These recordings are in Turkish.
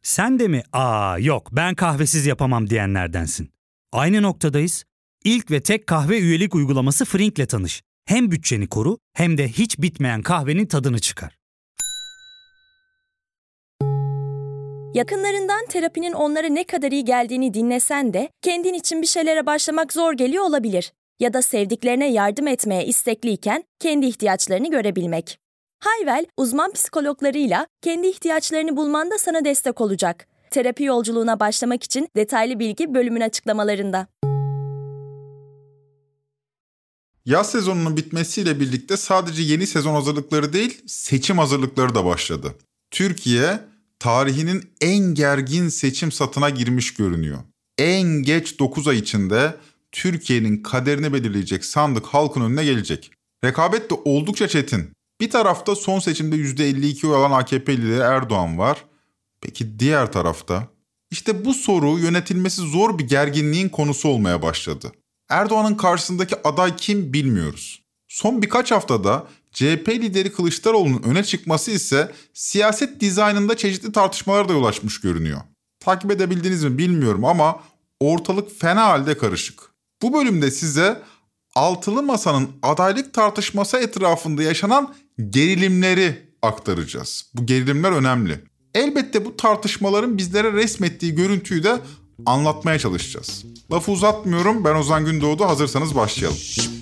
Sen de mi yok ben kahvesiz yapamam diyenlerdensin? Aynı noktadayız. İlk ve tek kahve üyelik uygulaması Frink'le tanış. Hem bütçeni koru hem de hiç bitmeyen kahvenin tadını çıkar. Yakınlarından terapinin onlara ne kadar iyi geldiğini dinlesen de kendin için bir şeylere başlamak zor geliyor olabilir. Ya da sevdiklerine yardım etmeye istekliyken kendi ihtiyaçlarını görebilmek. Hayvel, uzman psikologlarıyla kendi ihtiyaçlarını bulmanda sana destek olacak. Terapi yolculuğuna başlamak için detaylı bilgi bölümün açıklamalarında. Yaz sezonunun bitmesiyle birlikte sadece yeni sezon hazırlıkları değil, seçim hazırlıkları da başladı. Türkiye, tarihinin en gergin seçim satına girmiş görünüyor. En geç 9 ay içinde Türkiye'nin kaderini belirleyecek sandık halkın önüne gelecek. Rekabet de oldukça çetin. Bir tarafta son seçimde %52 oy alan AKP lideri Erdoğan var. Peki diğer tarafta? İşte bu soru yönetilmesi zor bir gerginliğin konusu olmaya başladı. Erdoğan'ın karşısındaki aday kim bilmiyoruz. Son birkaç haftada CHP lideri Kılıçdaroğlu'nun öne çıkması ise siyaset dizaynında çeşitli tartışmalara da yol açmış görünüyor. Takip edebildiniz mi bilmiyorum ama ortalık fena halde karışık. Bu bölümde size Altılı Masa'nın adaylık tartışması etrafında yaşanan gerilimleri aktaracağız. Bu gerilimler önemli. Elbette bu tartışmaların bizlere resmettiği görüntüyü de anlatmaya çalışacağız. Lafı uzatmıyorum, ben Ozan Gündoğdu, hazırsanız başlayalım.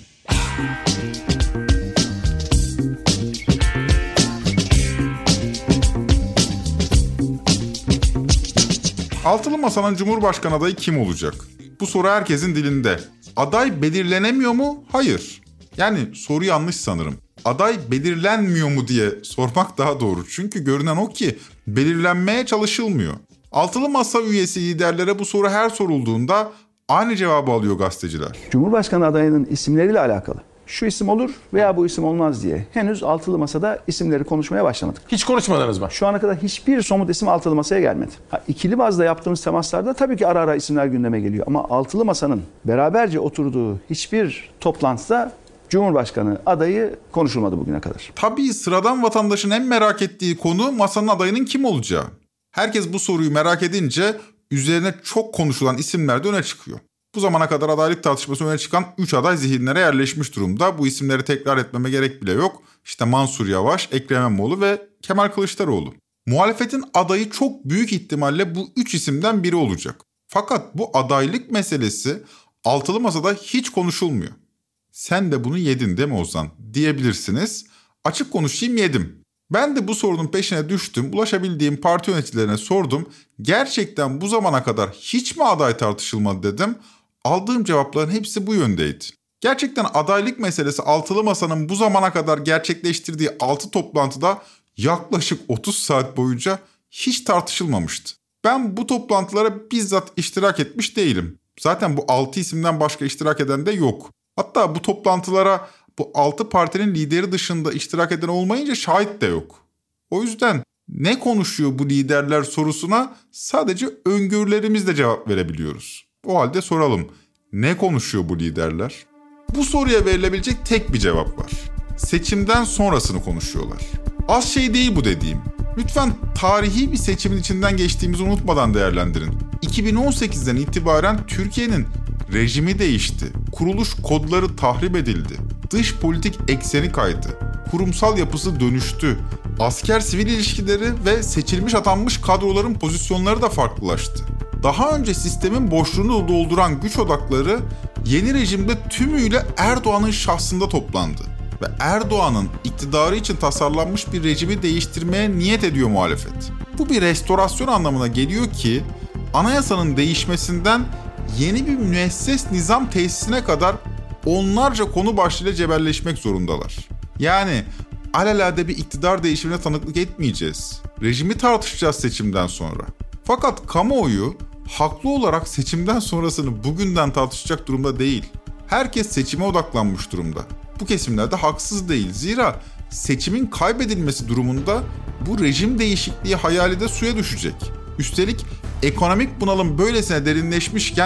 Altılı Masa'nın Cumhurbaşkanı adayı kim olacak? Bu soru herkesin dilinde. Aday belirlenemiyor mu? Hayır. Yani soru yanlış sanırım. Aday belirlenmiyor mu diye sormak daha doğru. Çünkü görünen o ki belirlenmeye çalışılmıyor. Altılı Masa üyesi liderlere bu soru her sorulduğunda aynı cevabı alıyor gazeteciler. Cumhurbaşkanı adayının isimleriyle alakalı şu isim olur veya bu isim olmaz diye henüz Altılı Masa'da isimleri konuşmaya başlamadık. Hiç konuşmadınız mı? Şu ana kadar hiçbir somut isim Altılı Masa'ya gelmedi. İkili bazda yaptığımız temaslarda tabii ki ara ara isimler gündeme geliyor. Ama Altılı Masa'nın beraberce oturduğu hiçbir toplantıda Cumhurbaşkanı adayı konuşulmadı bugüne kadar. Tabii sıradan vatandaşın en merak ettiği konu masanın adayının kim olacağı. Herkes bu soruyu merak edince üzerine çok konuşulan isimler de öne çıkıyor. Bu zamana kadar adaylık tartışması öne çıkan 3 aday zihinlere yerleşmiş durumda. Bu isimleri tekrar etmeme gerek bile yok. İşte Mansur Yavaş, Ekrem İmamoğlu ve Kemal Kılıçdaroğlu. Muhalefetin adayı çok büyük ihtimalle bu 3 isimden biri olacak. Fakat bu adaylık meselesi Altılı Masa'da hiç konuşulmuyor. Sen de bunu yedin değil mi Ozan diyebilirsiniz. Açık konuşayım, yedim. Ben de bu sorunun peşine düştüm. Ulaşabildiğim parti yöneticilerine sordum. Gerçekten bu zamana kadar hiç mi aday tartışılmadı dedim. Aldığım cevapların hepsi bu yöndeydi. Gerçekten adaylık meselesi Altılı Masa'nın bu zamana kadar gerçekleştirdiği 6 toplantıda yaklaşık 30 saat boyunca hiç tartışılmamıştı. Ben bu toplantılara bizzat iştirak etmiş değilim. Zaten bu 6 isimden başka iştirak eden de yok. Hatta bu toplantılara bu 6 partinin lideri dışında iştirak eden olmayınca şahit de yok. O yüzden ne konuşuyor bu liderler sorusuna sadece öngörülerimizle cevap verebiliyoruz. O halde soralım. Ne konuşuyor bu liderler? Bu soruya verilebilecek tek bir cevap var. Seçimden sonrasını konuşuyorlar. Az şey değil bu dediğim. Lütfen tarihi bir seçimin içinden geçtiğimizi unutmadan değerlendirin. 2018'den itibaren Türkiye'nin rejimi değişti. Kuruluş kodları tahrip edildi. Dış politik ekseni kaydı. Kurumsal yapısı dönüştü. Asker-sivil ilişkileri ve seçilmiş atanmış kadroların pozisyonları da farklılaştı. Daha önce sistemin boşluğunu dolduran güç odakları yeni rejimde tümüyle Erdoğan'ın şahsında toplandı. Ve Erdoğan'ın iktidarı için tasarlanmış bir rejimi değiştirmeye niyet ediyor muhalefet. Bu bir restorasyon anlamına geliyor ki anayasanın değişmesinden yeni bir müesses nizam tesisine kadar onlarca konu başlığıyla cebelleşmek zorundalar. Yani alelade bir iktidar değişimine tanıklık etmeyeceğiz. Rejimi tartışacağız seçimden sonra. Fakat kamuoyu haklı olarak seçimden sonrasını bugünden tartışacak durumda değil. Herkes seçime odaklanmış durumda. Bu kesimler de haksız değil. Zira seçimin kaybedilmesi durumunda bu rejim değişikliği hayali de suya düşecek. Üstelik ekonomik bunalım böylesine derinleşmişken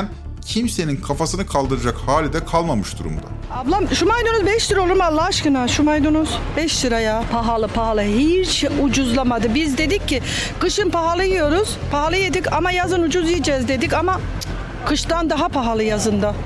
kimsenin kafasını kaldıracak hali de kalmamış durumda. Ablam şu maydanoz 5 lira olur mu Allah aşkına? Şu maydanoz 5 lira ya. Pahalı. Hiç ucuzlamadı. Biz dedik ki kışın pahalı yiyoruz. Pahalı yedik ama yazın ucuz yiyeceğiz dedik ama kıştan daha pahalı yazında.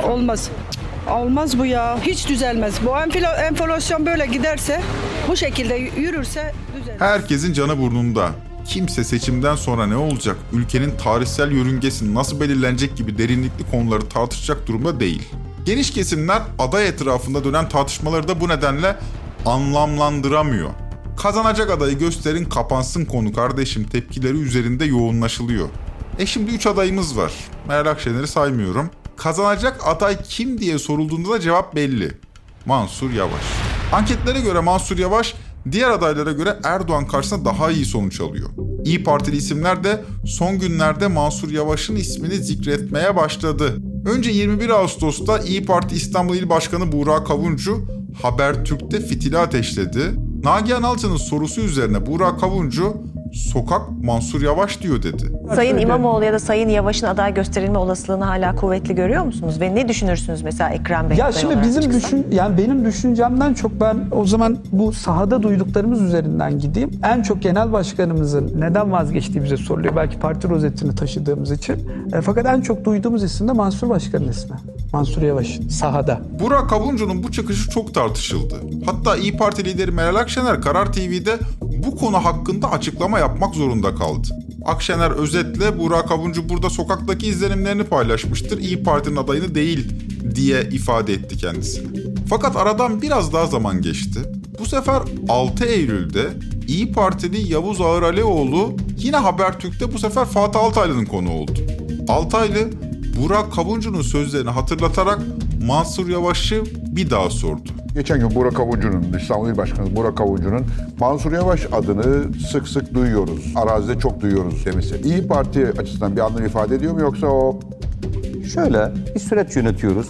Olmaz bu ya. Hiç düzelmez. Bu enflasyon böyle giderse, bu şekilde yürürse düzelmez. Herkesin canı burnunda. Kimse seçimden sonra ne olacak, ülkenin tarihsel yörüngesi nasıl belirlenecek gibi derinlikli konuları tartışacak durumda değil. Geniş kesimler aday etrafında dönen tartışmaları da bu nedenle anlamlandıramıyor. Kazanacak adayı gösterin, kapansın konu kardeşim tepkileri üzerinde yoğunlaşılıyor. Şimdi 3 adayımız var. Meral Akşener'i saymıyorum. Kazanacak aday kim diye sorulduğunda da cevap belli. Mansur Yavaş. Anketlere göre Mansur Yavaş diğer adaylara göre Erdoğan karşısında daha iyi sonuç alıyor. İYİ Partili isimler de son günlerde Mansur Yavaş'ın ismini zikretmeye başladı. Önce 21 Ağustos'ta İYİ Parti İstanbul İl Başkanı Buğra Kavuncu Habertürk'te fitili ateşledi. Nagihan Alçı'nın sorusu üzerine Buğra Kavuncu sokak Mansur Yavaş diyor dedi. Sayın İmamoğlu ya da Sayın Yavaş'ın aday gösterilme olasılığını hala kuvvetli görüyor musunuz? Ve ne düşünürsünüz mesela Ekrem Bey? Ya şimdi benim düşüncemden çok ben o zaman bu sahada duyduklarımız üzerinden gideyim. En çok genel başkanımızın neden vazgeçtiğimize soruluyor. Belki parti rozetini taşıdığımız için. Fakat en çok duyduğumuz isim de Mansur Başkan'ın ismi. Mansur Yavaş'ın sahada. Burak Kavuncu'nun bu çıkışı çok tartışıldı. Hatta İYİ Parti lideri Meral Akşener Karar TV'de bu konu hakkında açıklama yapmak zorunda kaldı. Akşener özetle Burak Kavuncu burada sokaktaki izlenimlerini paylaşmıştır, İYİ Parti'nin adayını değil diye ifade etti kendisini. Fakat aradan biraz daha zaman geçti. Bu sefer 6 Eylül'de İYİ Partili Yavuz Ağıralioğlu yine Habertürk'te bu sefer Fatih Altaylı'nın konuğu oldu. Altaylı Burak Kavuncu'nun sözlerini hatırlatarak Mansur Yavaş'ı bir daha sordu. Geçen gün Burak Kavuncu'nun, İstanbul İl Başkanı Burak Kavuncu'nun Mansur Yavaş adını sık sık duyuyoruz. Arazide çok duyuyoruz demesi. İYİ Parti açısından bir anlam ifade ediyor mu yoksa o... Şöyle bir süreç yönetiyoruz.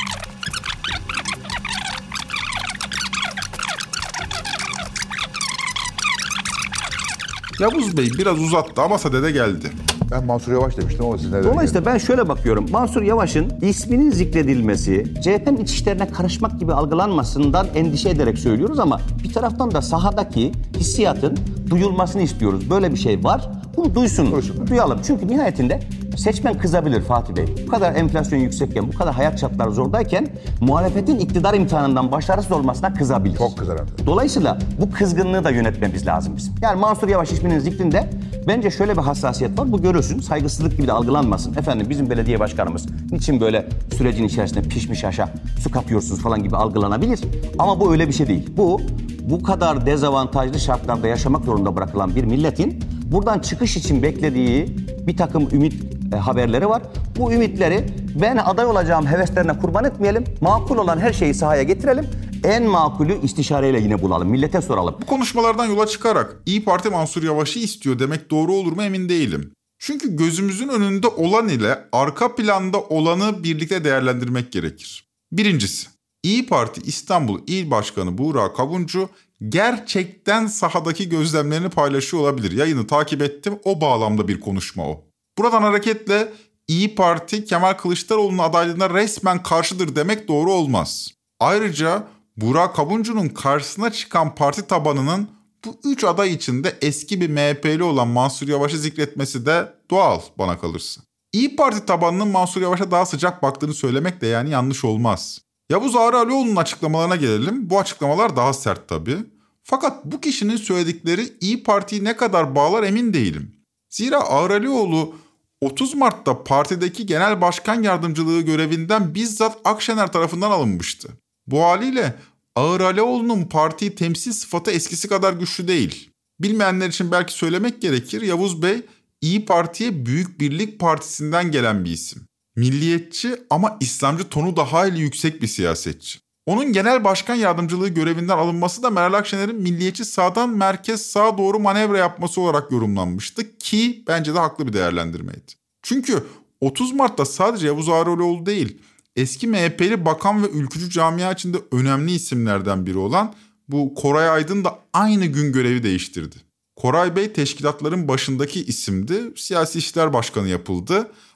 Yavuz Bey biraz uzattı ama sadede geldi. Ben Mansur Yavaş demiştim ama siz neden? Dolayısıyla ben şöyle bakıyorum. Mansur Yavaş'ın isminin zikredilmesi, CHP'nin iç işlerine karışmak gibi algılanmasından endişe ederek söylüyoruz ama bir taraftan da sahadaki hissiyatın duyulmasını istiyoruz. Böyle bir şey var. Bunu duyalım. Çünkü nihayetinde seçmen kızabilir Fatih Bey. Bu kadar enflasyon yüksekken, bu kadar hayat şartları zordayken muhalefetin iktidar imtihanından başarısız olmasına kızabilir. Çok kızar. Dolayısıyla bu kızgınlığı da yönetmemiz lazım bizim. Yani Mansur Yavaş isminin zikrinde bence şöyle bir hassasiyet var. Bu görülsün, saygısızlık gibi de algılanmasın. Efendim bizim belediye başkanımız niçin böyle sürecin içerisinde pişmiş aşa su katıyorsunuz falan gibi algılanabilir. Ama bu öyle bir şey değil. Bu kadar dezavantajlı şartlarda yaşamak zorunda bırakılan bir milletin buradan çıkış için beklediği bir takım ümit haberleri var. Bu ümitleri ben aday olacağım heveslerine kurban etmeyelim. Makul olan her şeyi sahaya getirelim. En makulü istişareyle yine bulalım. Millete soralım. Bu konuşmalardan yola çıkarak İYİ Parti Mansur Yavaş'ı istiyor demek doğru olur mu emin değilim. Çünkü gözümüzün önünde olan ile arka planda olanı birlikte değerlendirmek gerekir. Birincisi, İYİ Parti İstanbul İl Başkanı Buğra Kavuncu gerçekten sahadaki gözlemlerini paylaşıyor olabilir. Yayını takip ettim, o bağlamda bir konuşma o. Buradan hareketle İYİ Parti Kemal Kılıçdaroğlu'nun adaylığına resmen karşıdır demek doğru olmaz. Ayrıca Burak Kavuncu'nun karşısına çıkan parti tabanının bu 3 aday içinde eski bir MHP'li olan Mansur Yavaş'ı zikretmesi de doğal bana kalırsa. İYİ Parti tabanının Mansur Yavaş'a daha sıcak baktığını söylemek de yani yanlış olmaz. Yavuz Ağıralioğlu'nun açıklamalarına gelelim. Bu açıklamalar daha sert tabii. Fakat bu kişinin söyledikleri İYİ Parti'yi ne kadar bağlar emin değilim. Zira Ağıralioğlu 30 Mart'ta partideki genel başkan yardımcılığı görevinden bizzat Akşener tarafından alınmıştı. Bu haliyle Ağıralioğlu'nun partiyi temsil sıfatı eskisi kadar güçlü değil. Bilmeyenler için belki söylemek gerekir. Yavuz Bey İYİ Parti'ye Büyük Birlik Partisi'nden gelen bir isim. Milliyetçi ama İslamcı tonu da hayli yüksek bir siyasetçi. Onun genel başkan yardımcılığı görevinden alınması da Meral Akşener'in milliyetçi sağdan merkez sağa doğru manevra yapması olarak yorumlanmıştı ki bence de haklı bir değerlendirmeydi. Çünkü 30 Mart'ta sadece Yavuz Ağıralioğlu değil, eski MHP'li bakan ve ülkücü camia içinde önemli isimlerden biri olan bu Koray Aydın da aynı gün görevi değiştirdi. Koray Bey teşkilatların başındaki isimdi, siyasi işler başkanı yapıldı.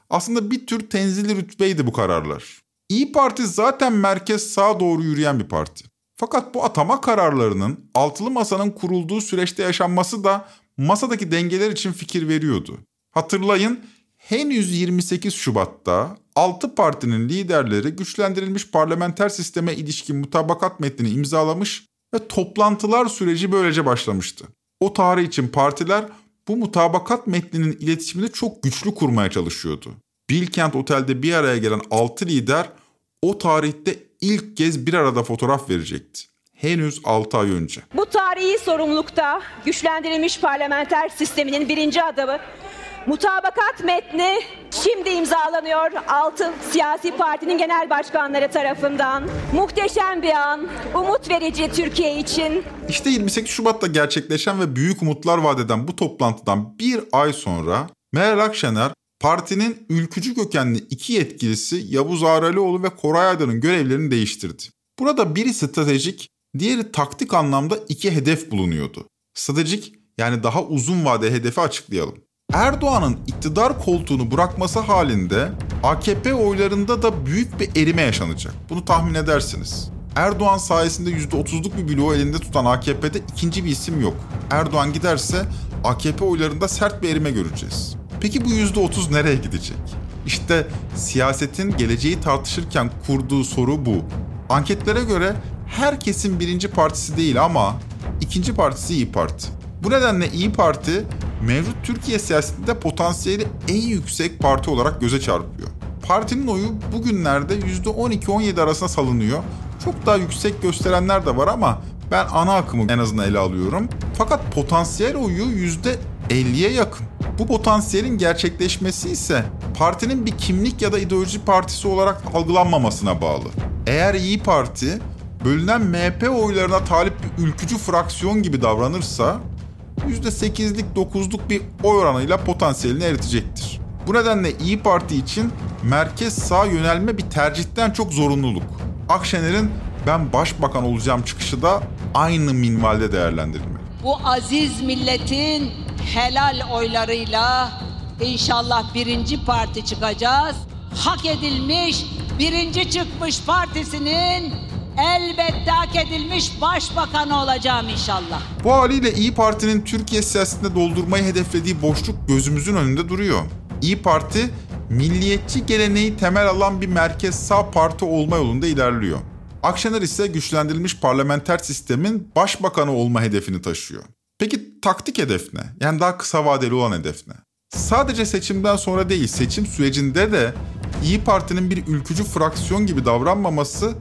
Aslında bir tür tenzili rütbeydi bu kararlar. İYİ Parti zaten merkez sağa doğru yürüyen bir parti. Fakat bu atama kararlarının altılı masanın kurulduğu süreçte yaşanması da masadaki dengeler için fikir veriyordu. Hatırlayın, henüz 28 Şubat'ta 6 partinin liderleri güçlendirilmiş parlamenter sisteme ilişkin mutabakat metnini imzalamış ve toplantılar süreci böylece başlamıştı. O tarih için partiler bu mutabakat metninin iletişimini çok güçlü kurmaya çalışıyordu. Bilkent Otel'de bir araya gelen 6 lider o tarihte ilk kez bir arada fotoğraf verecekti. Henüz 6 ay önce. Bu tarihi sorumlulukta güçlendirilmiş parlamenter sisteminin birinci adımı mutabakat metni şimdi imzalanıyor 6 siyasi partinin genel başkanları tarafından. Muhteşem bir an, umut verici Türkiye için. İşte 28 Şubat'ta gerçekleşen ve büyük umutlar vaat eden bu toplantıdan bir ay sonra Meral Akşener, partinin ülkücü kökenli 2 yetkilisi Yavuz Ağralioğlu ve Koray Aydın'ın görevlerini değiştirdi. Burada biri stratejik, diğeri taktik anlamda 2 hedef bulunuyordu. Stratejik, yani daha uzun vade hedefi açıklayalım. Erdoğan'ın iktidar koltuğunu bırakması halinde AKP oylarında da büyük bir erime yaşanacak. Bunu tahmin edersiniz. Erdoğan sayesinde %30'luk bir bloğu elinde tutan AKP'de ikinci bir isim yok. Erdoğan giderse AKP oylarında sert bir erime göreceğiz. Peki bu %30 nereye gidecek? İşte siyasetin geleceği tartışırken kurduğu soru bu. Anketlere göre herkesin birinci partisi değil ama ikinci partisi İYİ Parti. Bu nedenle İYİ Parti mevcut Türkiye siyasetinde potansiyeli en yüksek parti olarak göze çarpıyor. Partinin oyu bugünlerde %12-17 arasında salınıyor. Çok daha yüksek gösterenler de var ama ben ana akımı en azından ele alıyorum. Fakat potansiyel oyu %50'ye yakın. Bu potansiyelin gerçekleşmesi ise partinin bir kimlik ya da ideoloji partisi olarak algılanmamasına bağlı. Eğer İYİ Parti bölünen MHP oylarına talip bir ülkücü fraksiyon gibi davranırsa %8'lik 9'luk bir oy oranıyla potansiyelini eritecektir. Bu nedenle İYİ Parti için merkez sağa yönelme bir tercihten çok zorunluluk. Akşener'in ben başbakan olacağım çıkışı da aynı minvalde değerlendirilmeli. Bu aziz milletin helal oylarıyla inşallah birinci parti çıkacağız. Hak edilmiş birinci çıkmış partisinin elbette hak edilmiş başbakanı olacağım inşallah. Bu haliyle İYİ Parti'nin Türkiye siyasetinde doldurmayı hedeflediği boşluk gözümüzün önünde duruyor. İYİ Parti, milliyetçi geleneği temel alan bir merkez sağ parti olma yolunda ilerliyor. Akşener ise güçlendirilmiş parlamenter sistemin başbakanı olma hedefini taşıyor. Peki taktik hedef ne? Yani daha kısa vadeli olan hedef ne? Sadece seçimden sonra değil, seçim sürecinde de İYİ Parti'nin bir ülkücü fraksiyon gibi davranmaması,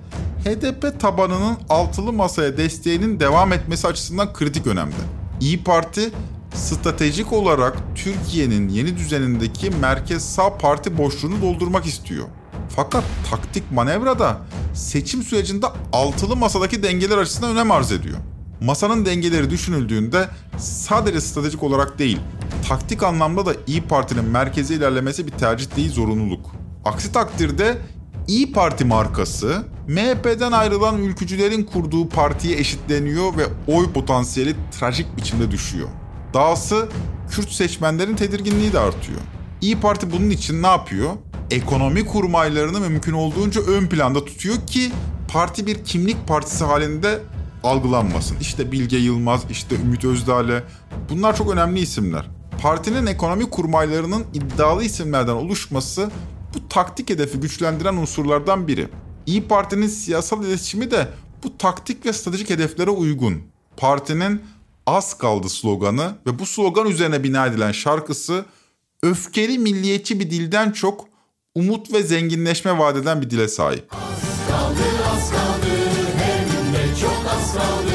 HDP tabanının altılı masaya desteğinin devam etmesi açısından kritik önemli. İYİ Parti, stratejik olarak Türkiye'nin yeni düzenindeki merkez sağ parti boşluğunu doldurmak istiyor. Fakat taktik manevrada seçim sürecinde altılı masadaki dengeler açısından önem arz ediyor. Masanın dengeleri düşünüldüğünde sadece stratejik olarak değil, taktik anlamda da İYİ Parti'nin merkeze ilerlemesi bir tercih değil, zorunluluk. Aksi takdirde İYİ Parti markası MHP'den ayrılan ülkücülerin kurduğu partiye eşitleniyor ve oy potansiyeli trajik biçimde düşüyor. Dahası Kürt seçmenlerin tedirginliği de artıyor. İYİ Parti bunun için ne yapıyor? Ekonomi kurmaylarını mümkün olduğunca ön planda tutuyor ki parti bir kimlik partisi halinde algılanmasın. İşte Bilge Yılmaz, işte Ümit Özdağ, bunlar çok önemli isimler. Partinin ekonomi kurmaylarının iddialı isimlerden oluşması bu taktik hedefi güçlendiren unsurlardan biri. İYİ Parti'nin siyasal iletişimi de bu taktik ve stratejik hedeflere uygun. Partinin az kaldı sloganı ve bu slogan üzerine bina edilen şarkısı öfkeli milliyetçi bir dilden çok umut ve zenginleşme vaat eden bir dile sahip. Az kaldı, az kaldı, hem de çok az kaldı.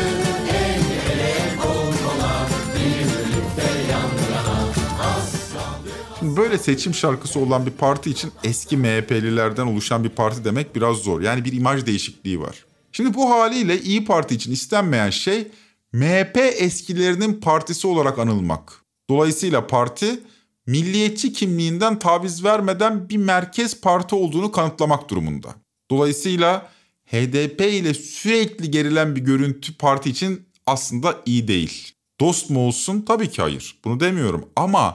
El ele kol kola, birlikte yan yana. Az kaldı. Şimdi böyle seçim şarkısı olan bir parti için eski MHP'lilerden oluşan bir parti demek biraz zor. Yani bir imaj değişikliği var. Şimdi bu haliyle İYİ Parti için istenmeyen şey MHP eskilerinin partisi olarak anılmak. Dolayısıyla parti milliyetçi kimliğinden taviz vermeden bir merkez parti olduğunu kanıtlamak durumunda. Dolayısıyla HDP ile sürekli gerilen bir görüntü parti için aslında iyi değil. Dost mu olsun? Tabii ki hayır. Bunu demiyorum ama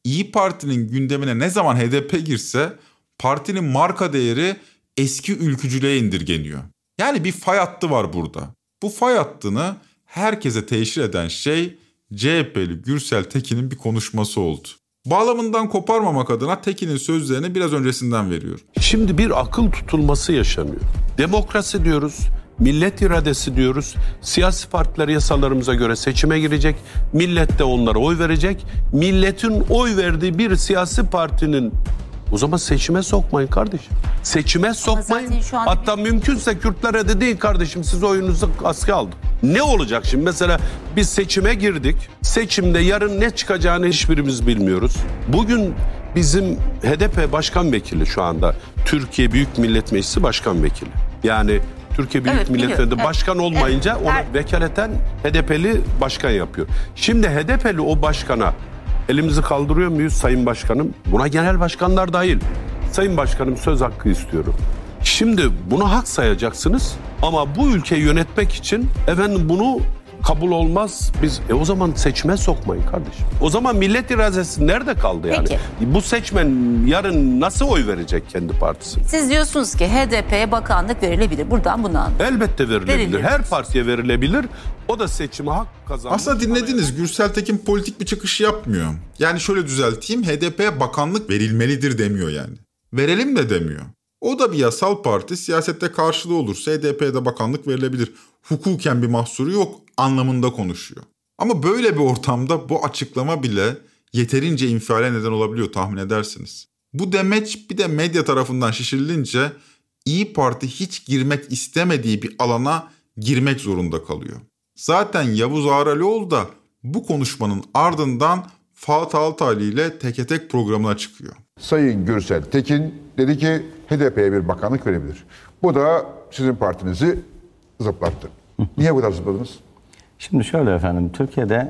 İyi Parti'nin gündemine ne zaman HDP girse partinin marka değeri eski ülkücülüğe indirgeniyor. Yani bir fay hattı var burada. Bu fay hattını herkese teşhir eden şey CHP'li Gürsel Tekin'in bir konuşması oldu. Bağlamından koparmamak adına Tekin'in sözlerini biraz öncesinden veriyorum. Şimdi bir akıl tutulması yaşanıyor. Demokrasi diyoruz, millet iradesi diyoruz. Siyasi partiler yasalarımıza göre seçime girecek. Millet de onlara oy verecek. Milletin oy verdiği bir siyasi partinin... O zaman seçime sokmayın kardeşim. Seçime sokmayın. Hatta mümkünse Kürtlere de değil kardeşim, siz oyununuzu askıya aldık. Ne olacak şimdi? Mesela biz seçime girdik. Seçimde yarın ne çıkacağını hiçbirimiz bilmiyoruz. Bugün bizim HDP başkan vekili şu anda Türkiye Büyük Millet Meclisi başkan vekili. Yani Türkiye Büyük Millet Meclisi başkan olmayınca ona vekaleten HDP'li başkan yapıyor. Şimdi HDP'li o başkana elimizi kaldırıyor muyuz Sayın Başkanım? Buna genel başkanlar dahil. Sayın Başkanım söz hakkı istiyorum. Şimdi bunu hak sayacaksınız ama bu ülkeyi yönetmek için efendim bunu kabul olmaz. Biz o zaman seçime sokmayın kardeşim. O zaman millet iradesi nerede kaldı yani? Peki. Bu seçmen yarın nasıl oy verecek kendi partisine? Siz diyorsunuz ki HDP'ye bakanlık verilebilir. Buradan bunu anladım. Elbette verilebilir. Her partiye verilebilir. O da seçime hak kazanmış. Aslında dinlediniz, Gürsel Tekin politik bir çıkış yapmıyor. Yani şöyle düzelteyim, HDP'ye bakanlık verilmelidir demiyor yani. Verelim de demiyor. O da bir yasal parti, siyasette karşılığı olursa HDP'ye de bakanlık verilebilir. Hukuken bir mahsuru yok anlamında konuşuyor. Ama böyle bir ortamda bu açıklama bile yeterince infiale neden olabiliyor, tahmin edersiniz. Bu demeç bir de medya tarafından şişirilince İyi Parti hiç girmek istemediği bir alana girmek zorunda kalıyor. Zaten Yavuz Ağralioğlu da bu konuşmanın ardından Fatih Altaylı ile Teke Tek programına çıkıyor. Sayın Gürsel Tekin dedi ki HDP'ye bir bakanlık verebilir. Bu da sizin partinizi zıplattı. Niye bu kadar zıpladınız? Şimdi şöyle efendim, Türkiye'de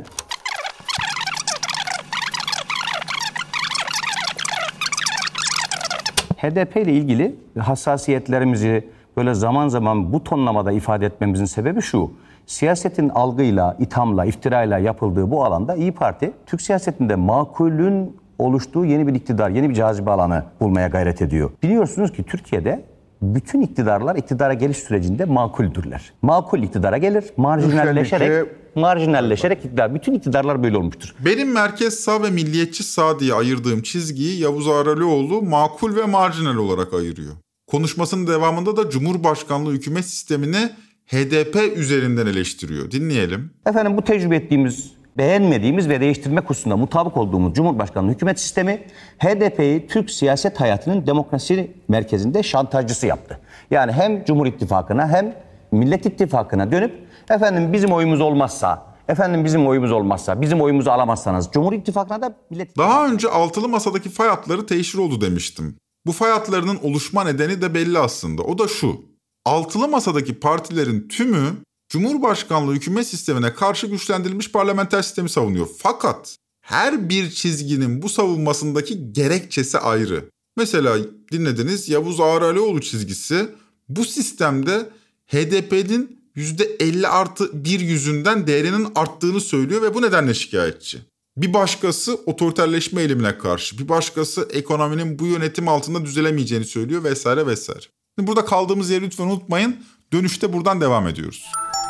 HDP ile ilgili hassasiyetlerimizi böyle zaman zaman bu tonlamada ifade etmemizin sebebi şu. Siyasetin algıyla, ithamla, iftirayla yapıldığı bu alanda İyi Parti, Türk siyasetinde makulün oluştuğu yeni bir iktidar, yeni bir cazibe alanı bulmaya gayret ediyor. Biliyorsunuz ki Türkiye'de bütün iktidarlar iktidara geliş sürecinde makuldürler. Makul iktidara gelir, marjinalleşerek iktidar. Bütün iktidarlar böyle olmuştur. Benim merkez sağ ve milliyetçi sağ diye ayırdığım çizgiyi Yavuz Ağralioğlu makul ve marjinal olarak ayırıyor. Konuşmasının devamında da Cumhurbaşkanlığı hükümet sistemini HDP üzerinden eleştiriyor. Dinleyelim. Efendim bu tecrübe ettiğimiz, beğenmediğimiz ve değiştirmek hususunda mutabık olduğumuz Cumhurbaşkanlığı hükümet sistemi HDP'yi Türk siyaset hayatının demokrasi merkezinde şantajcısı yaptı. Yani hem Cumhur İttifakı'na hem Millet İttifakı'na dönüp efendim bizim oyumuz olmazsa, bizim oyumuzu alamazsanız Cumhur İttifakı'na da Millet İttifakı'na... Daha önce altılı masadaki fay hatları teşhir oldu demiştim. Bu fay hatlarının oluşma nedeni de belli aslında. O da şu: altılı masadaki partilerin tümü Cumhurbaşkanlığı hükümet sistemine karşı güçlendirilmiş parlamenter sistemi savunuyor. Fakat her bir çizginin bu savunmasındaki gerekçesi ayrı. Mesela dinlediniz, Yavuz Ağralioğlu çizgisi bu sistemde HDP'nin %50+1 yüzünden değerinin arttığını söylüyor ve bu nedenle şikayetçi. Bir başkası otoriterleşme eğilimine karşı, bir başkası ekonominin bu yönetim altında düzelemeyeceğini söylüyor vesaire vesaire. Şimdi burada kaldığımız yeri lütfen unutmayın. Dönüşte buradan devam ediyoruz.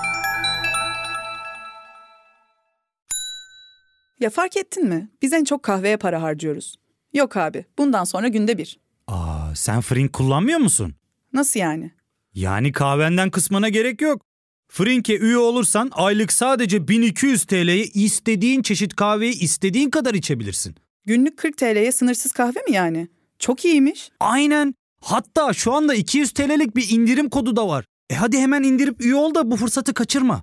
Ya fark ettin mi? Biz en çok kahveye para harcıyoruz. Yok abi, bundan sonra günde bir. Sen Frink kullanmıyor musun? Nasıl yani? Yani kahvenden kısmına gerek yok. Frink'e üye olursan aylık sadece 1200 TL'ye istediğin çeşit kahveyi istediğin kadar içebilirsin. Günlük 40 TL'ye sınırsız kahve mi yani? Çok iyiymiş. Aynen. Hatta şu anda 200 TL'lik bir indirim kodu da var. Hadi hemen indirip üye ol da bu fırsatı kaçırma.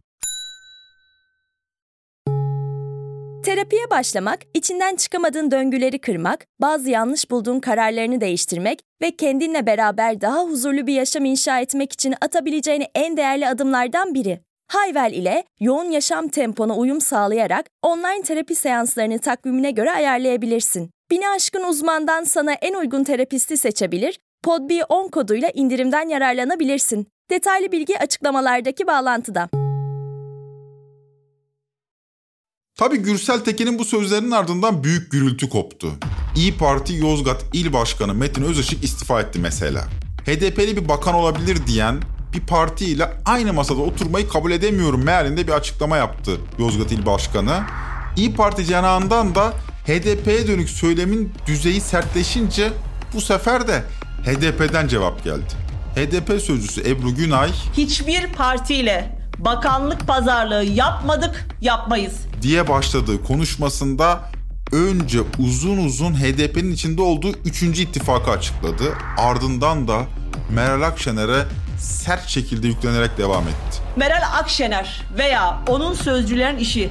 Terapiye başlamak, içinden çıkamadığın döngüleri kırmak, bazı yanlış bulduğun kararlarını değiştirmek ve kendinle beraber daha huzurlu bir yaşam inşa etmek için atabileceğin en değerli adımlardan biri. Hayvel ile yoğun yaşam tempona uyum sağlayarak online terapi seanslarını takvimine göre ayarlayabilirsin. 1000'i aşkın uzmandan sana en uygun terapisti seçebilir, PodB10 koduyla indirimden yararlanabilirsin. Detaylı bilgi açıklamalardaki bağlantıda. Tabii Gürsel Tekin'in bu sözlerinin ardından büyük gürültü koptu. İYİ Parti Yozgat İl Başkanı Metin Özışık istifa etti mesela. HDP'li bir bakan olabilir diyen bir partiyle aynı masada oturmayı kabul edemiyorum mealinde bir açıklama yaptı Yozgat İl Başkanı. İYİ Parti cenahından da HDP'ye dönük söylemin düzeyi sertleşince bu sefer de HDP'den cevap geldi. HDP sözcüsü Ebru Günay, hiçbir partiyle bakanlık pazarlığı yapmadık, yapmayız diye başladığı konuşmasında önce uzun uzun HDP'nin içinde olduğu 3. ittifakı açıkladı. Ardından da Meral Akşener'e sert şekilde yüklenerek devam etti. Meral Akşener veya onun sözcülerin işi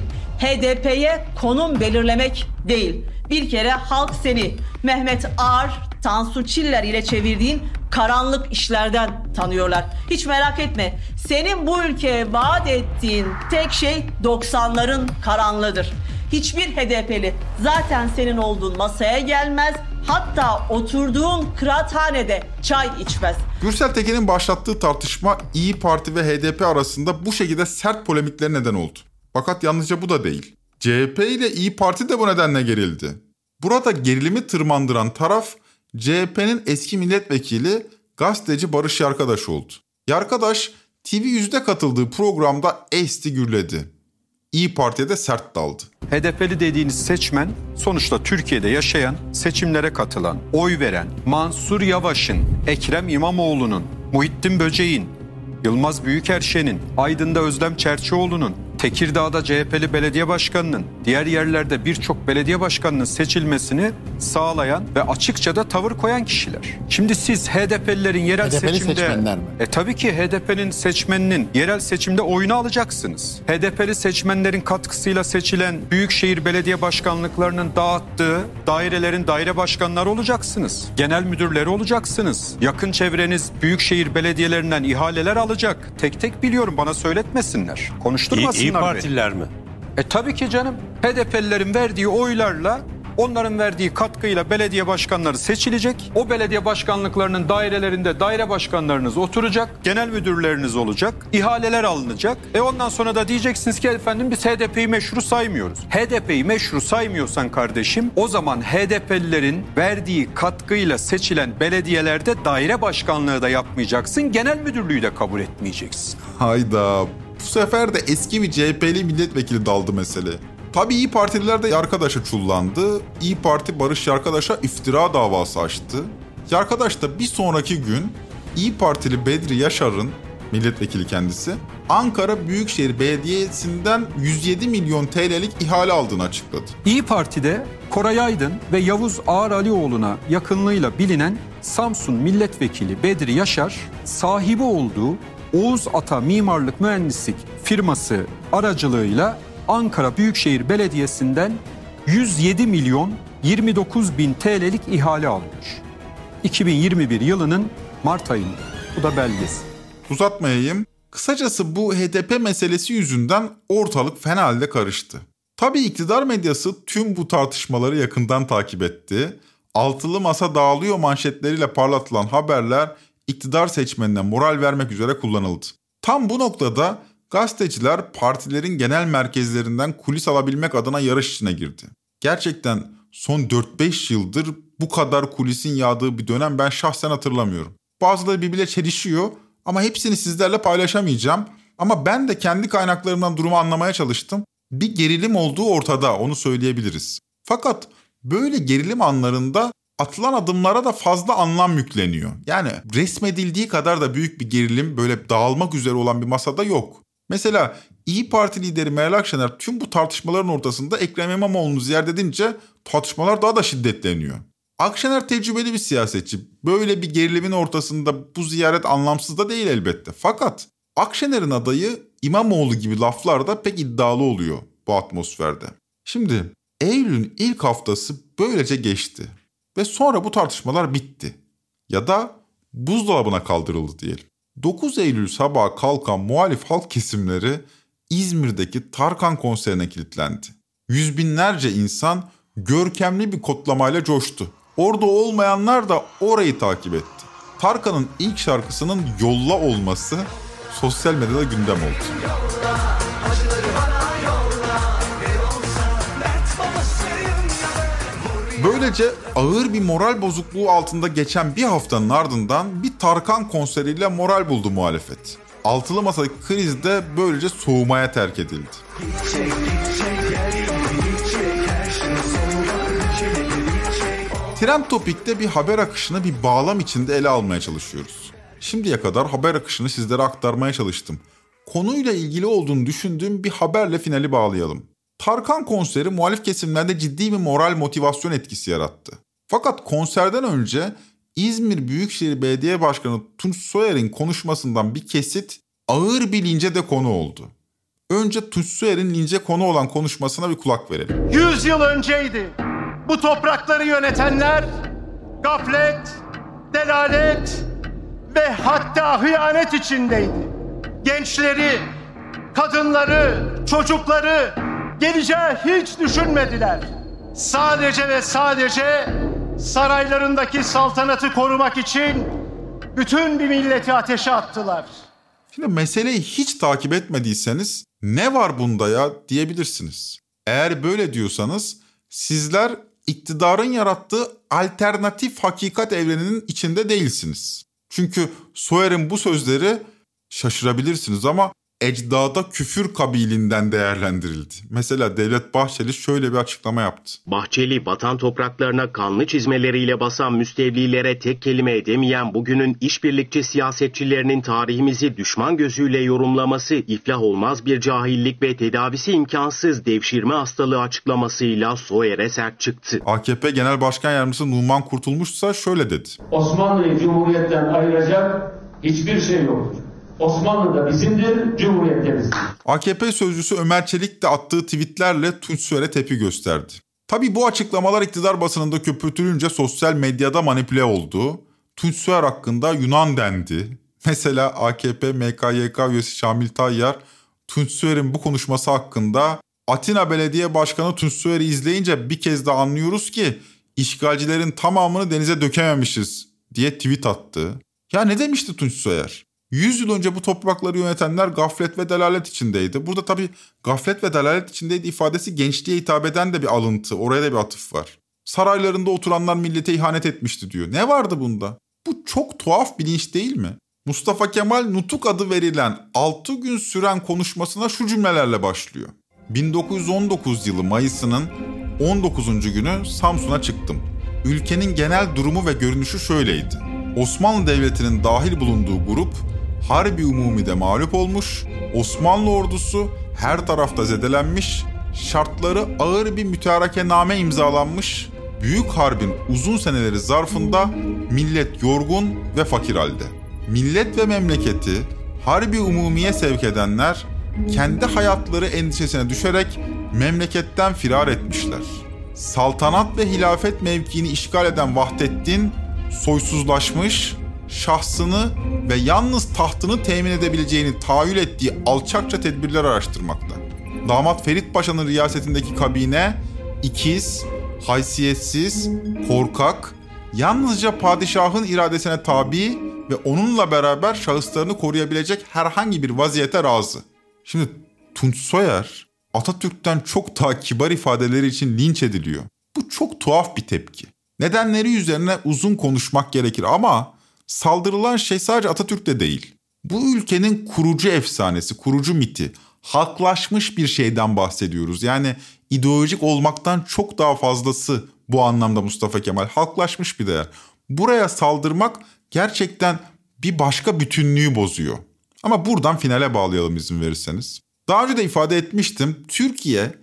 HDP'ye konum belirlemek değil. Bir kere halk seni Mehmet Ağar, Tansu Çiller ile çevirdiğin karanlık işlerden tanıyorlar. Hiç merak etme. Senin bu ülkeye vaat ettiğin tek şey 90'ların karanlığıdır. Hiçbir HDP'li zaten senin olduğun masaya gelmez. Hatta oturduğun kıraathanede çay içmez. Gürsel Tekin'in başlattığı tartışma İYİ Parti ve HDP arasında bu şekilde sert polemiklere neden oldu. Fakat yalnızca bu da değil. CHP ile İYİ Parti de bu nedenle gerildi. Burada gerilimi tırmandıran taraf CHP'nin eski milletvekili gazeteci Barış Yarkadaş oldu. Yarkadaş TV100'de katıldığı programda esti gürledi. İYİ Parti'ye de sert daldı. HDP'li dediğiniz seçmen sonuçta Türkiye'de yaşayan, seçimlere katılan, oy veren, Mansur Yavaş'ın, Ekrem İmamoğlu'nun, Muhittin Böceğin, Yılmaz Büyükerşen'in, Aydın'da Özlem Çerçioğlu'nun, Tekirdağ'da CHP'li belediye başkanının, diğer yerlerde birçok belediye başkanının seçilmesini sağlayan ve açıkça da tavır koyan kişiler. Şimdi siz HDP'lilerin yerel HDP'li seçimde... seçmenler mi? Tabii ki HDP'nin seçmeninin yerel seçimde oyunu alacaksınız. HDP'li seçmenlerin katkısıyla seçilen büyükşehir belediye başkanlıklarının dağıttığı dairelerin daire başkanları olacaksınız. Genel müdürleri olacaksınız. Yakın çevreniz büyükşehir belediyelerinden ihaleler alacak. Tek tek biliyorum, bana söyletmesinler. Konuşturmasınlar. İYİ Partililer mi? Tabii ki canım. HDP'lilerin verdiği oylarla, onların verdiği katkıyla belediye başkanları seçilecek. O belediye başkanlıklarının dairelerinde daire başkanlarınız oturacak. Genel müdürleriniz olacak. İhaleler alınacak. Ondan sonra da diyeceksiniz ki efendim biz HDP'yi meşru saymıyoruz. HDP'yi meşru saymıyorsan kardeşim, o zaman HDP'lilerin verdiği katkıyla seçilen belediyelerde daire başkanlığı da yapmayacaksın. Genel müdürlüğü de kabul etmeyeceksin. Hayda. Bu sefer de eski bir CHP'li milletvekili daldı meseleye. Tabii İYİ Partililer de Yarkadaş'a çullandı. İYİ Parti Barış Yarkadaş'a iftira davası açtı. Yarkadaş da bir sonraki gün İYİ Partili Bedri Yaşar'ın, milletvekili kendisi, Ankara Büyükşehir Belediyesi'nden 107 milyon TL'lik ihale aldığını açıkladı. İYİ Parti'de Koray Aydın ve Yavuz Ağar Alioğlu'na yakınlığıyla bilinen Samsun Milletvekili Bedri Yaşar, sahibi olduğu Oğuz Ata Mimarlık Mühendislik firması aracılığıyla Ankara Büyükşehir Belediyesi'nden 107 milyon 29 bin TL'lik ihale almış. 2021 yılının Mart ayında. Bu da belgesi. Uzatmayayım. Kısacası bu HDP meselesi yüzünden ortalık fena halde karıştı. Tabii iktidar medyası tüm bu tartışmaları yakından takip etti. Altılı masa dağılıyor manşetleriyle parlatılan haberler iktidar seçmenine moral vermek üzere kullanıldı. Tam bu noktada gazeteciler partilerin genel merkezlerinden kulis alabilmek adına yarış içine girdi. Gerçekten son 4-5 yıldır bu kadar kulisin yağdığı bir dönem ben şahsen hatırlamıyorum. Bazıları birbiriyle çelişiyor ama hepsini sizlerle paylaşamayacağım. Ama ben de kendi kaynaklarımdan durumu anlamaya çalıştım. Bir gerilim olduğu ortada, onu söyleyebiliriz. Fakat böyle gerilim anlarında atılan adımlara da fazla anlam yükleniyor. Yani resmedildiği kadar da büyük bir gerilim böyle dağılmak üzere olan bir masada yok. Mesela İYİ Parti lideri Meral Akşener tüm bu tartışmaların ortasında Ekrem İmamoğlu'nu ziyaret edince tartışmalar daha da şiddetleniyor. Akşener tecrübeli bir siyasetçi. Böyle bir gerilimin ortasında bu ziyaret anlamsız da değil elbette. Fakat Akşener'in adayı İmamoğlu gibi laflarda pek iddialı oluyor bu atmosferde. Şimdi Eylül'ün ilk haftası böylece geçti. Ve sonra bu tartışmalar bitti. Ya da buzdolabına kaldırıldı diyelim. 9 Eylül sabahı kalkan muhalif halk kesimleri İzmir'deki Tarkan konserine kilitlendi. Yüz binlerce insan görkemli bir kutlamayla coştu. Orada olmayanlar da orayı takip etti. Tarkan'ın ilk şarkısının Yolla olması sosyal medyada gündem oldu. Böylece ağır bir moral bozukluğu altında geçen bir haftanın ardından bir Tarkan konseriyle moral buldu muhalefet. Altılı Masa'daki kriz de böylece soğumaya terk edildi. Trend Topik'te bir haber akışını bir bağlam içinde ele almaya çalışıyoruz. Şimdiye kadar haber akışını sizlere aktarmaya çalıştım. Konuyla ilgili olduğunu düşündüğüm bir haberle finali bağlayalım. Tarkan konseri muhalif kesimlerde ciddi bir moral motivasyon etkisi yarattı. Fakat konserden önce İzmir Büyükşehir Belediye Başkanı Tunç Soyer'in konuşmasından bir kesit ağır bir lince de konu oldu. Önce Tunç Soyer'in lince konu olan konuşmasına bir kulak verelim. 100 yıl önceydi. Bu toprakları yönetenler gaflet, delalet ve hatta hıyanet içindeydi. Gençleri, kadınları, çocukları geleceği hiç düşünmediler. Sadece ve sadece saraylarındaki saltanatı korumak için bütün bir milleti ateşe attılar. Şimdi meseleyi hiç takip etmediyseniz ne var bunda ya diyebilirsiniz. Eğer böyle diyorsanız sizler iktidarın yarattığı alternatif hakikat evreninin içinde değilsiniz. Çünkü Soyer'in bu sözleri şaşırabilirsiniz ama ecdada küfür kabilinden değerlendirildi. Mesela Devlet Bahçeli şöyle bir açıklama yaptı. Bahçeli, vatan topraklarına kanlı çizmeleriyle basan müstevlilere tek kelime edemeyen bugünün işbirlikçi siyasetçilerinin tarihimizi düşman gözüyle yorumlaması iflah olmaz bir cahillik ve tedavisi imkansız devşirme hastalığı açıklamasıyla Soyer'e sert çıktı. AKP Genel Başkan Yardımcısı Numan Kurtulmuşsa şöyle dedi. Osmanlı'yı Cumhuriyet'ten ayıracak hiçbir şey yoktur. Osmanlı da bizimdir, Cumhuriyet de bizimdir. AKP sözcüsü Ömer Çelik de attığı tweetlerle Tunç Soyer'e tepki gösterdi. Tabii bu açıklamalar iktidar basınında köpürtülünce sosyal medyada manipüle oldu. Tunç Soyer hakkında Yunan dendi. Mesela AKP MKYK üyesi Şamil Tayyar, Tunç Soyer'in bu konuşması hakkında Atina Belediye Başkanı Tunç Soyer'i izleyince bir kez de anlıyoruz ki işgalcilerin tamamını denize dökememişiz diye tweet attı. Ya ne demişti Tunç Soyer? 100 yıl önce bu toprakları yönetenler gaflet ve delalet içindeydi. Burada tabii gaflet ve delalet içindeydi ifadesi gençliğe hitap eden de bir alıntı. Oraya da bir atıf var. Saraylarında oturanlar millete ihanet etmişti diyor. Ne vardı bunda? Bu çok tuhaf bir linç değil mi? Mustafa Kemal Nutuk adı verilen 6 gün süren konuşmasına şu cümlelerle başlıyor. 1919 yılı Mayıs'ının 19. günü Samsun'a çıktım. Ülkenin genel durumu ve görünüşü şöyleydi. Osmanlı Devleti'nin dahil bulunduğu grup Harbi Umumi'de mağlup olmuş, Osmanlı ordusu her tarafta zedelenmiş, şartları ağır bir mütarekename imzalanmış, Büyük Harbin uzun seneleri zarfında millet yorgun ve fakir halde. Millet ve memleketi Harbi Umumi'ye sevk edenler kendi hayatları endişesine düşerek memleketten firar etmişler. Saltanat ve hilafet mevkiini işgal eden Vahdettin soysuzlaşmış, şahsını ve yalnız tahtını temin edebileceğini tahayyül ettiği alçakça tedbirler araştırmakta. Damat Ferit Paşa'nın riyasetindeki kabine, ikiz, haysiyetsiz, korkak, yalnızca padişahın iradesine tabi ve onunla beraber şahıslarını koruyabilecek herhangi bir vaziyete razı. Şimdi Tunç Soyer, Atatürk'ten çok daha kibar ifadeleri için linç ediliyor. Bu çok tuhaf bir tepki. Nedenleri üzerine uzun konuşmak gerekir ama saldırılan şey sadece Atatürk'te değil. Bu ülkenin kurucu efsanesi, kurucu miti, halklaşmış bir şeyden bahsediyoruz. Yani ideolojik olmaktan çok daha fazlası bu anlamda Mustafa Kemal. Halklaşmış bir değer. Buraya saldırmak gerçekten bir başka bütünlüğü bozuyor. Ama buradan finale bağlayalım izin verirseniz. Daha önce de ifade etmiştim. Türkiye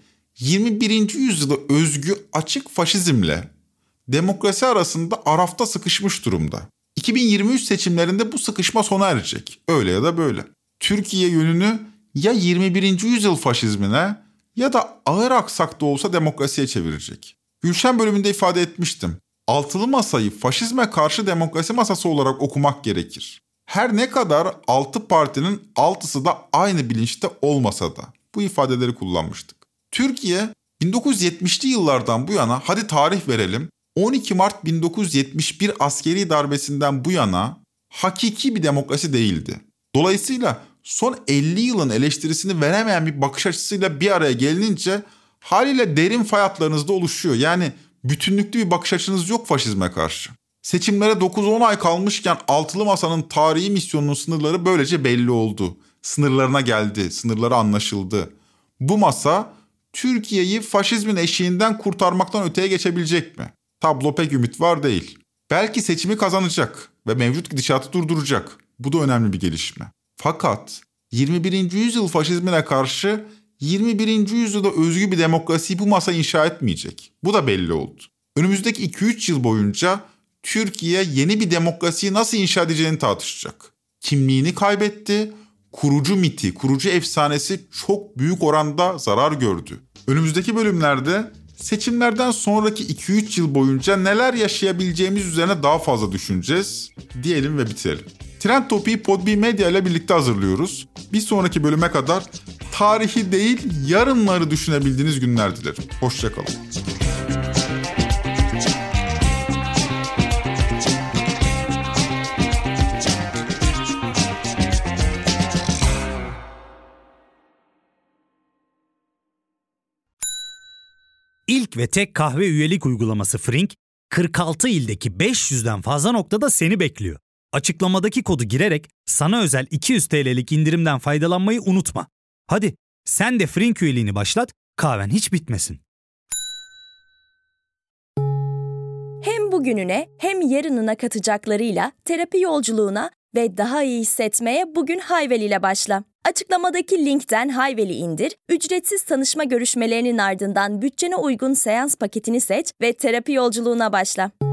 21. yüzyıla özgü açık faşizmle demokrasi arasında arafta sıkışmış durumda. 2023 seçimlerinde bu sıkışma sona erecek. Öyle ya da böyle. Türkiye yönünü ya 21. yüzyıl faşizmine ya da ağır aksak da olsa demokrasiye çevirecek. Gülşen bölümünde ifade etmiştim. Altılı Masa'yı faşizme karşı demokrasi masası olarak okumak gerekir. Her ne kadar 6 partinin 6'sı da aynı bilinçte olmasa da bu ifadeleri kullanmıştık. Türkiye 1970'li yıllardan bu yana hadi tarih verelim 12 Mart 1971 askeri darbesinden bu yana hakiki bir demokrasi değildi. Dolayısıyla son 50 yılın eleştirisini veremeyen bir bakış açısıyla bir araya gelinince haliyle derin fay hatlarınızda oluşuyor. Yani Bütünlüklü bir bakış açınız yok faşizme karşı. Seçimlere 9-10 ay kalmışken altılı masanın tarihi misyonunun sınırları böylece belli oldu. Sınırlarına geldi, sınırları anlaşıldı. Bu masa Türkiye'yi faşizmin eşiğinden kurtarmaktan öteye geçebilecek mi? Tablo pek ümit var değil. Belki seçimi kazanacak ve mevcut gidişatı durduracak. Bu da önemli bir gelişme. Fakat 21. yüzyıl faşizmine karşı 21. yüzyılda özgü bir demokrasiyi bu masa inşa etmeyecek. Bu da belli oldu. Önümüzdeki 2-3 yıl boyunca Türkiye yeni bir demokrasiyi nasıl inşa edeceğini tartışacak. Kimliğini kaybetti, kurucu miti, kurucu efsanesi çok büyük oranda zarar gördü. Önümüzdeki bölümlerde seçimlerden sonraki 2-3 yıl boyunca neler yaşayabileceğimiz üzerine daha fazla düşüneceğiz diyelim ve bitirelim. Trend Topi'yi Podbi Medya ile birlikte hazırlıyoruz. Bir sonraki bölüme kadar tarihi değil yarınları düşünebildiğiniz günler dilerim. Hoşçakalın. İlk ve tek kahve üyelik uygulaması Frink, 46 ildeki 500'den fazla noktada seni bekliyor. Açıklamadaki kodu girerek sana özel 200 TL'lik indirimden faydalanmayı unutma. Hadi sen de Frink üyeliğini başlat, kahven hiç bitmesin. Hem bugününe hem yarınına katacaklarıyla terapi yolculuğuna ve daha iyi hissetmeye bugün Hayvel ile başla. Açıklamadaki linkten Hayvel'i indir, ücretsiz tanışma görüşmelerinin ardından bütçene uygun seans paketini seç ve terapi yolculuğuna başla.